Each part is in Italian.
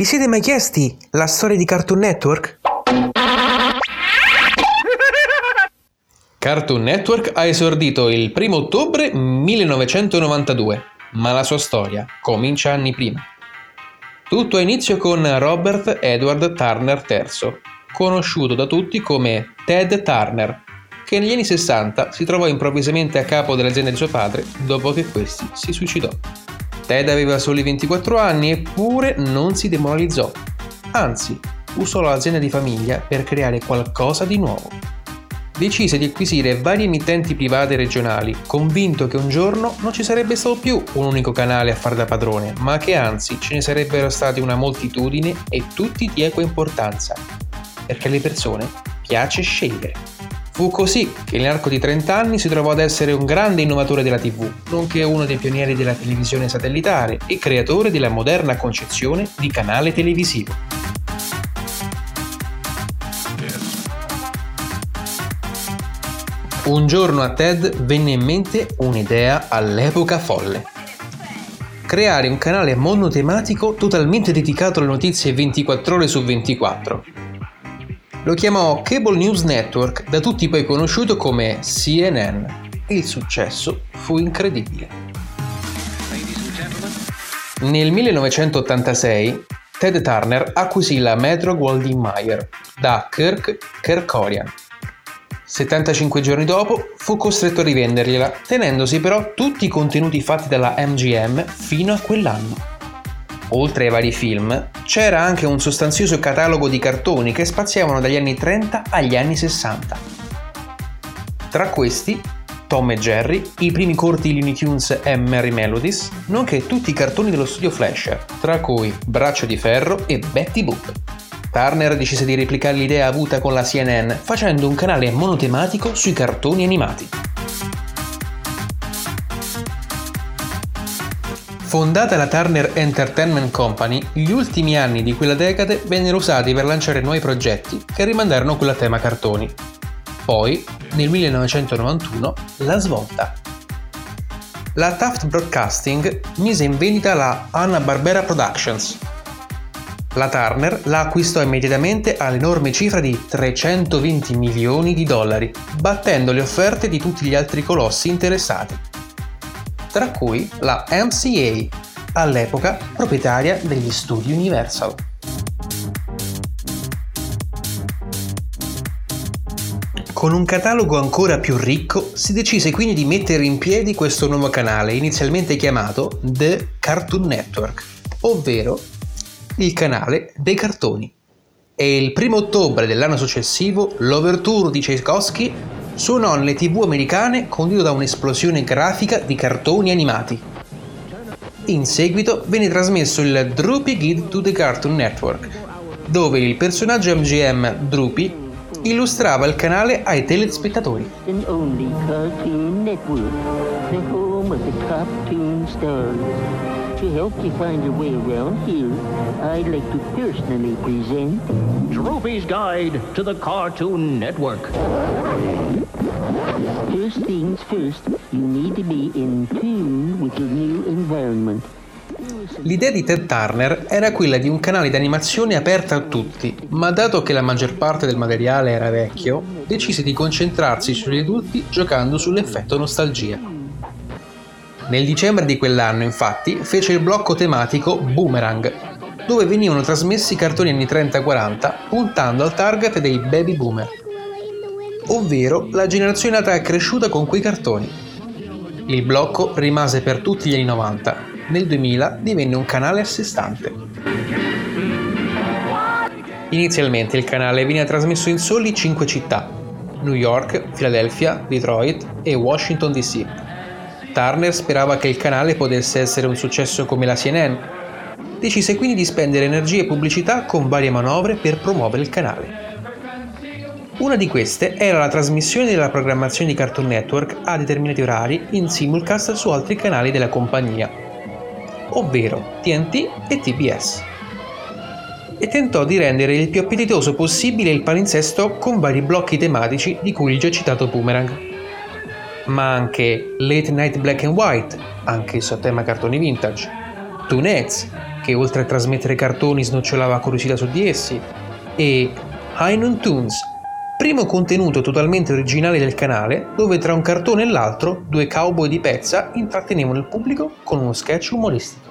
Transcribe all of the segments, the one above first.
Vi siete mai chiesti la storia di Cartoon Network? Cartoon Network ha esordito il 1 ottobre 1992, ma la sua storia comincia anni prima. Tutto ha inizio con Robert Edward Turner III, conosciuto da tutti come Ted Turner, che negli anni 60 si trovò improvvisamente a capo dell'azienda di suo padre dopo che questi si suicidò. Ted aveva soli 24 anni eppure non si demoralizzò, anzi usò l'azienda di famiglia per creare qualcosa di nuovo. Decise di acquisire varie emittenti private regionali, convinto che un giorno non ci sarebbe stato più un unico canale a far da padrone, ma che anzi ce ne sarebbero stati una moltitudine e tutti di equa importanza, perché alle persone piace scegliere. Fu così che nell'arco di 30 anni si trovò ad essere un grande innovatore della TV, nonché uno dei pionieri della televisione satellitare e creatore della moderna concezione di canale televisivo. Un giorno a Ted venne in mente un'idea all'epoca folle. Creare un canale monotematico totalmente dedicato alle notizie 24 ore su 24. Lo chiamò Cable News Network, da tutti poi conosciuto come CNN. Il successo fu incredibile. Nel 1986 Ted Turner acquisì la Metro-Goldwyn-Mayer da Kirk Kerkorian. 75 giorni dopo fu costretto a rivendergliela, tenendosi però tutti i contenuti fatti dalla MGM fino a quell'anno. Oltre ai vari film, c'era anche un sostanzioso catalogo di cartoni che spaziavano dagli anni 30 agli anni 60. Tra questi, Tom e Jerry, i primi corti Looney Tunes e Merry Melodies, nonché tutti i cartoni dello studio Fleischer, tra cui Braccio di Ferro e Betty Boop. Turner decise di replicare l'idea avuta con la CNN, facendo un canale monotematico sui cartoni animati. Fondata la Turner Entertainment Company, gli ultimi anni di quella decade vennero usati per lanciare nuovi progetti che rimandarono quella tema cartoni. Poi, nel 1991, la svolta. La Taft Broadcasting mise in vendita la Hanna-Barbera Productions. La Turner la acquistò immediatamente all'enorme cifra di $320 milioni, battendo le offerte di tutti gli altri colossi interessati, tra cui la MCA, all'epoca proprietaria degli studi Universal. Con un catalogo ancora più ricco, si decise quindi di mettere in piedi questo nuovo canale, inizialmente chiamato The Cartoon Network, ovvero il canale dei cartoni. E il 1 ottobre dell'anno successivo l'Overture di Tchaikovsky suonò nelle TV americane condito da un'esplosione grafica di cartoni animati. In seguito venne trasmesso il Droopy Guide to the Cartoon Network, dove il personaggio MGM Droopy illustrava il canale ai telespettatori. To help you find your way around here, I'd like to personally present Droopy's Guide to the Cartoon Network. First things first, you need to be in tune with your new environment. L'idea di Ted Turner era quella di un canale di animazione aperta a tutti, ma dato che la maggior parte del materiale era vecchio, decise di concentrarsi sugli adulti giocando sull'effetto nostalgia. Nel dicembre di quell'anno, infatti, fece il blocco tematico Boomerang, dove venivano trasmessi cartoni anni 30-40 puntando al target dei baby boomer, ovvero la generazione nata e cresciuta con quei cartoni. Il blocco rimase per tutti gli anni 90, nel 2000 divenne un canale a sé stante. Inizialmente il canale veniva trasmesso in soli 5 città: New York, Philadelphia, Detroit e Washington DC. Turner sperava che il canale potesse essere un successo come la CNN. Decise quindi di spendere energie e pubblicità con varie manovre per promuovere il canale. Una di queste era la trasmissione della programmazione di Cartoon Network a determinati orari in simulcast su altri canali della compagnia, ovvero TNT e TBS. E tentò di rendere il più appetitoso possibile il palinsesto con vari blocchi tematici di cui il già citato Boomerang. Ma anche Late Night Black and White, anche il suo tema cartoni vintage, Toonettes, che oltre a trasmettere cartoni snocciolava curiosità su di essi, e High Noon Toons, primo contenuto totalmente originale del canale, dove tra un cartone e l'altro due cowboy di pezza intrattenevano il pubblico con uno sketch umoristico.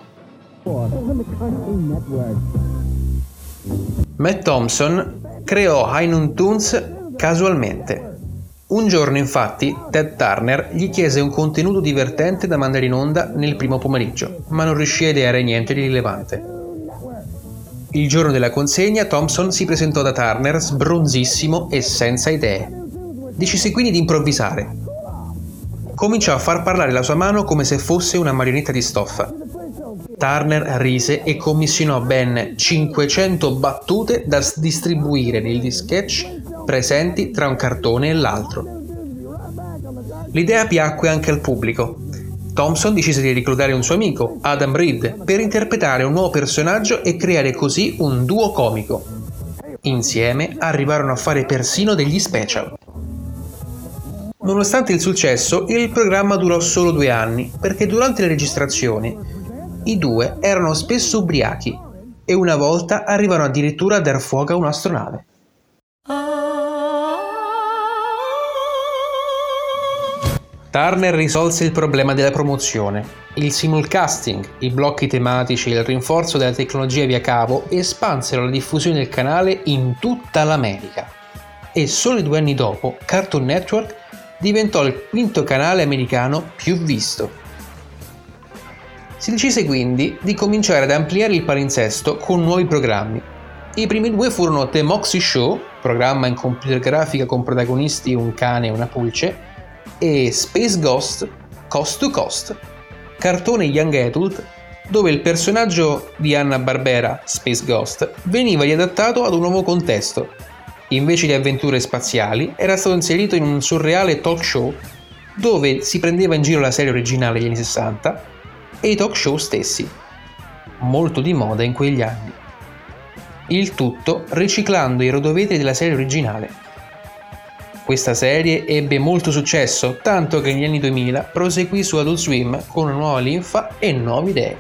Matt Thompson creò High Noon Toons casualmente. Un giorno infatti Ted Turner gli chiese un contenuto divertente da mandare in onda nel primo pomeriggio, ma non riuscì a ideare niente di rilevante. Il giorno della consegna Thompson si presentò da Turner sbronzissimo e senza idee. Decise quindi di improvvisare. Cominciò a far parlare la sua mano come se fosse una marionetta di stoffa. Turner rise e commissionò ben 500 battute da distribuire negli sketch presenti tra un cartone e l'altro. L'idea piacque anche al pubblico. Thompson decise di reclutare un suo amico, Adam Reed, per interpretare un nuovo personaggio e creare così un duo comico. Insieme arrivarono a fare persino degli special. Nonostante il successo, il programma durò solo 2 anni, perché durante le registrazioni i due erano spesso ubriachi e una volta arrivarono addirittura a dar fuoco a un'astronave. Turner risolse il problema della promozione. Il simulcasting, i blocchi tematici e il rinforzo della tecnologia via cavo espansero la diffusione del canale in tutta l'America. E solo 2 anni dopo, Cartoon Network diventò il quinto canale americano più visto. Si decise quindi di cominciare ad ampliare il palinsesto con nuovi programmi. I primi 2 furono The Moxie Show, programma in computer grafica con protagonisti un cane e una pulce, e Space Ghost Coast to Coast, cartone young adult dove il personaggio di Hanna-Barbera, Space Ghost, veniva riadattato ad un nuovo contesto. Invece di avventure spaziali era stato inserito in un surreale talk show dove si prendeva in giro la serie originale degli anni 60 e i talk show stessi, molto di moda in quegli anni. Il tutto riciclando i rodovetri della serie originale. Questa serie ebbe molto successo, tanto che negli anni 2000 proseguì su Adult Swim con una nuova linfa e nuove idee.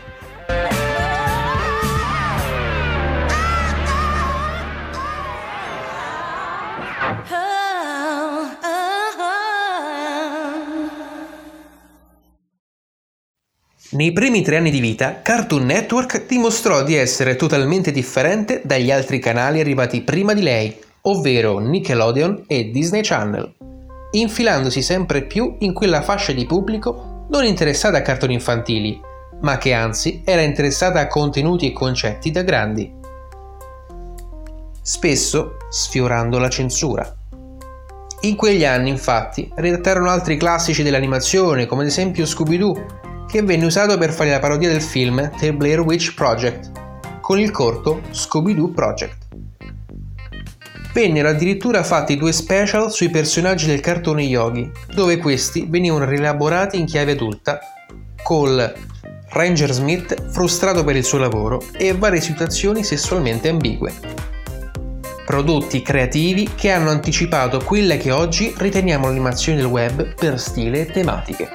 Nei primi 3 anni di vita, Cartoon Network dimostrò di essere totalmente differente dagli altri canali arrivati prima di lei, ovvero Nickelodeon e Disney Channel, infilandosi sempre più in quella fascia di pubblico non interessata a cartoni infantili, ma che anzi era interessata a contenuti e concetti da grandi, spesso sfiorando la censura. In quegli anni, infatti, redattarono altri classici dell'animazione, come ad esempio Scooby-Doo, che venne usato per fare la parodia del film The Blair Witch Project, con il corto Scooby-Doo Project. Vennero addirittura fatti 2 special sui personaggi del cartone Yogi, dove questi venivano rielaborati in chiave adulta, col Ranger Smith frustrato per il suo lavoro e varie situazioni sessualmente ambigue. Prodotti creativi che hanno anticipato quella che oggi riteniamo l'animazione del web per stile e tematiche.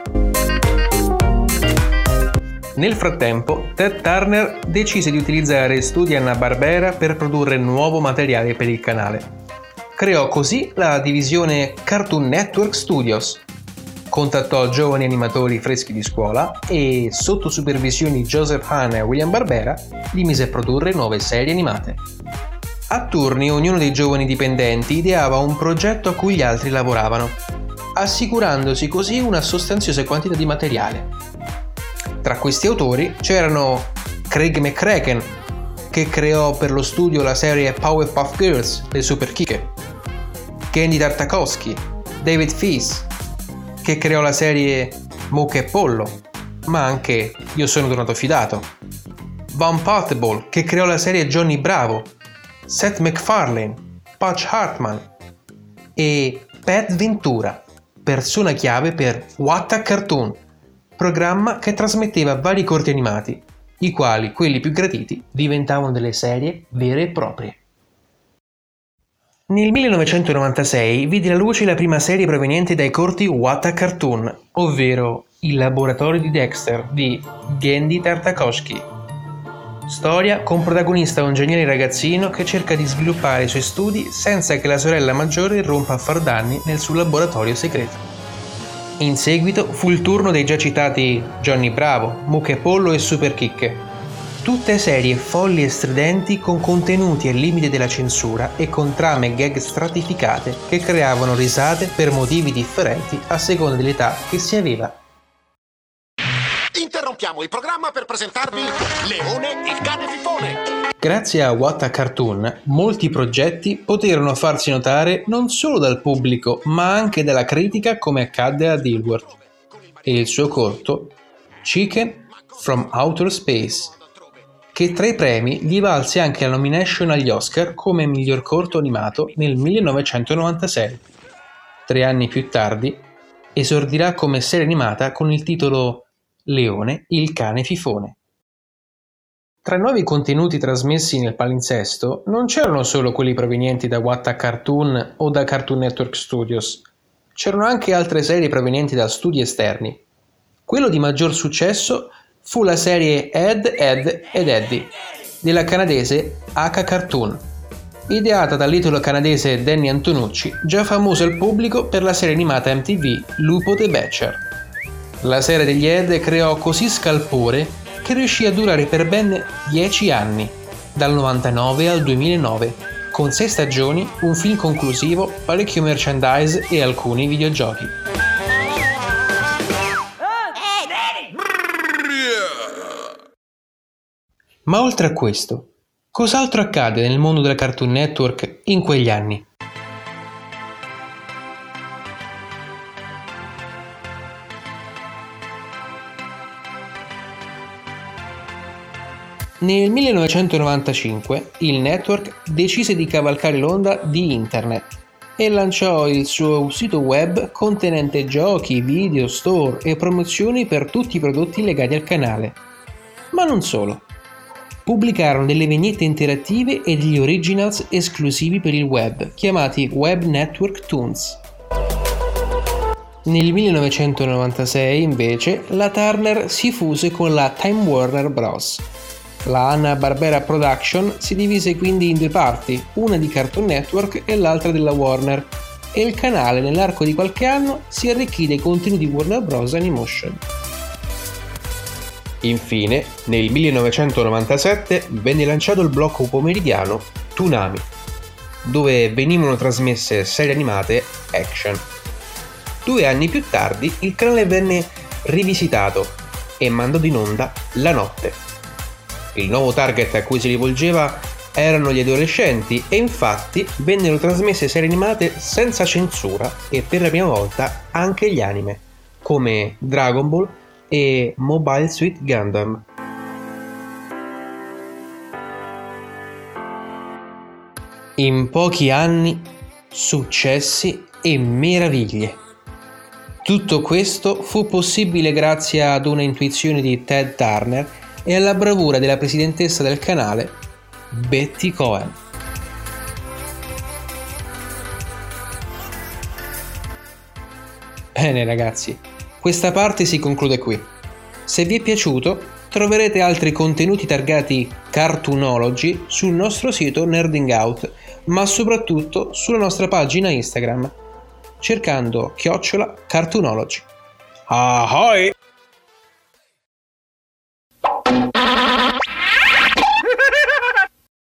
Nel frattempo, Ted Turner decise di utilizzare studi Hanna-Barbera per produrre nuovo materiale per il canale. Creò così la divisione Cartoon Network Studios. Contattò giovani animatori freschi di scuola e, sotto supervisioni Joseph Hahn e William Barbera, li mise a produrre nuove serie animate. A turni ognuno dei giovani dipendenti ideava un progetto a cui gli altri lavoravano, assicurandosi così una sostanziosa quantità di materiale. Tra questi autori c'erano Craig McCracken, che creò per lo studio la serie Powerpuff Girls, le Super Kike, Genndy Tartakovsky, David Feiss, che creò la serie Mocha e Pollo, ma anche Io sono tornato fidato, Van Pattable, che creò la serie Johnny Bravo, Seth MacFarlane, Patch Hartman e Pat Ventura, persona chiave per What a Cartoon, programma che trasmetteva vari corti animati, i quali, quelli più graditi, diventavano delle serie vere e proprie. Nel 1996 vide la luce la prima serie proveniente dai corti What a Cartoon, ovvero Il laboratorio di Dexter di Genndy Tartakovsky. Storia con protagonista un geniale ragazzino che cerca di sviluppare i suoi studi senza che la sorella maggiore irrompa a far danni nel suo laboratorio segreto. In seguito fu il turno dei già citati Johnny Bravo, Mucca e Pollo e Super Chicche. Tutte serie folli e stridenti con contenuti al limite della censura e con trame e gag stratificate che creavano risate per motivi differenti a seconda dell'età che si aveva. Interrompiamo il programma per presentarvi Leone, il cane fifone. Grazie a What a Cartoon, molti progetti poterono farsi notare non solo dal pubblico, ma anche dalla critica, come accadde a Dilworth e il suo corto Chicken from Outer Space, che tra i premi gli valse anche la nomination agli Oscar come miglior corto animato nel 1996. 3 anni più tardi esordirà come serie animata con il titolo Leone, il cane fifone. Tra i nuovi contenuti trasmessi nel palinsesto non c'erano solo quelli provenienti da What a Cartoon o da Cartoon Network Studios, c'erano anche altre serie provenienti da studi esterni. Quello di maggior successo fu la serie Ed, Edd ed Eddy della canadese H Cartoon, ideata dall'italo canadese Danny Antonucci, già famoso al pubblico per la serie animata MTV Lupo the Batcher. La serie degli Ed creò così scalpore che riuscì a durare per ben 10 anni, dal 99 al 2009, con 6 stagioni, un film conclusivo, parecchio merchandise e alcuni videogiochi. Ma oltre a questo, cos'altro accade nel mondo della Cartoon Network in quegli anni? Nel 1995 il network decise di cavalcare l'onda di Internet e lanciò il suo sito web contenente giochi, video, store e promozioni per tutti i prodotti legati al canale. Ma non solo. Pubblicarono delle vignette interattive e degli originals esclusivi per il web, chiamati Web Network Toons. Nel 1996, invece, la Turner si fuse con la Time Warner Bros. La Hanna-Barbera Production si divise quindi in 2 parti, una di Cartoon Network e l'altra della Warner, e il canale nell'arco di qualche anno si arricchì dei contenuti Warner Bros. Animation. Infine, nel 1997 venne lanciato il blocco pomeridiano Toonami, dove venivano trasmesse serie animate action. 2 anni più tardi il canale venne rivisitato e mandato in onda la notte. Il nuovo target a cui si rivolgeva erano gli adolescenti e infatti vennero trasmesse serie animate senza censura e per la prima volta anche gli anime, come Dragon Ball e Mobile Suit Gundam. In pochi anni, successi e meraviglie. Tutto questo fu possibile grazie ad una intuizione di Ted Turner e alla bravura della presidentessa del canale, Betty Cohen. Bene ragazzi, questa parte si conclude qui. Se vi è piaciuto, troverete altri contenuti targati Cartoonology sul nostro sito Nerding Out, ma soprattutto sulla nostra pagina Instagram, cercando @Cartoonology. Ahoy!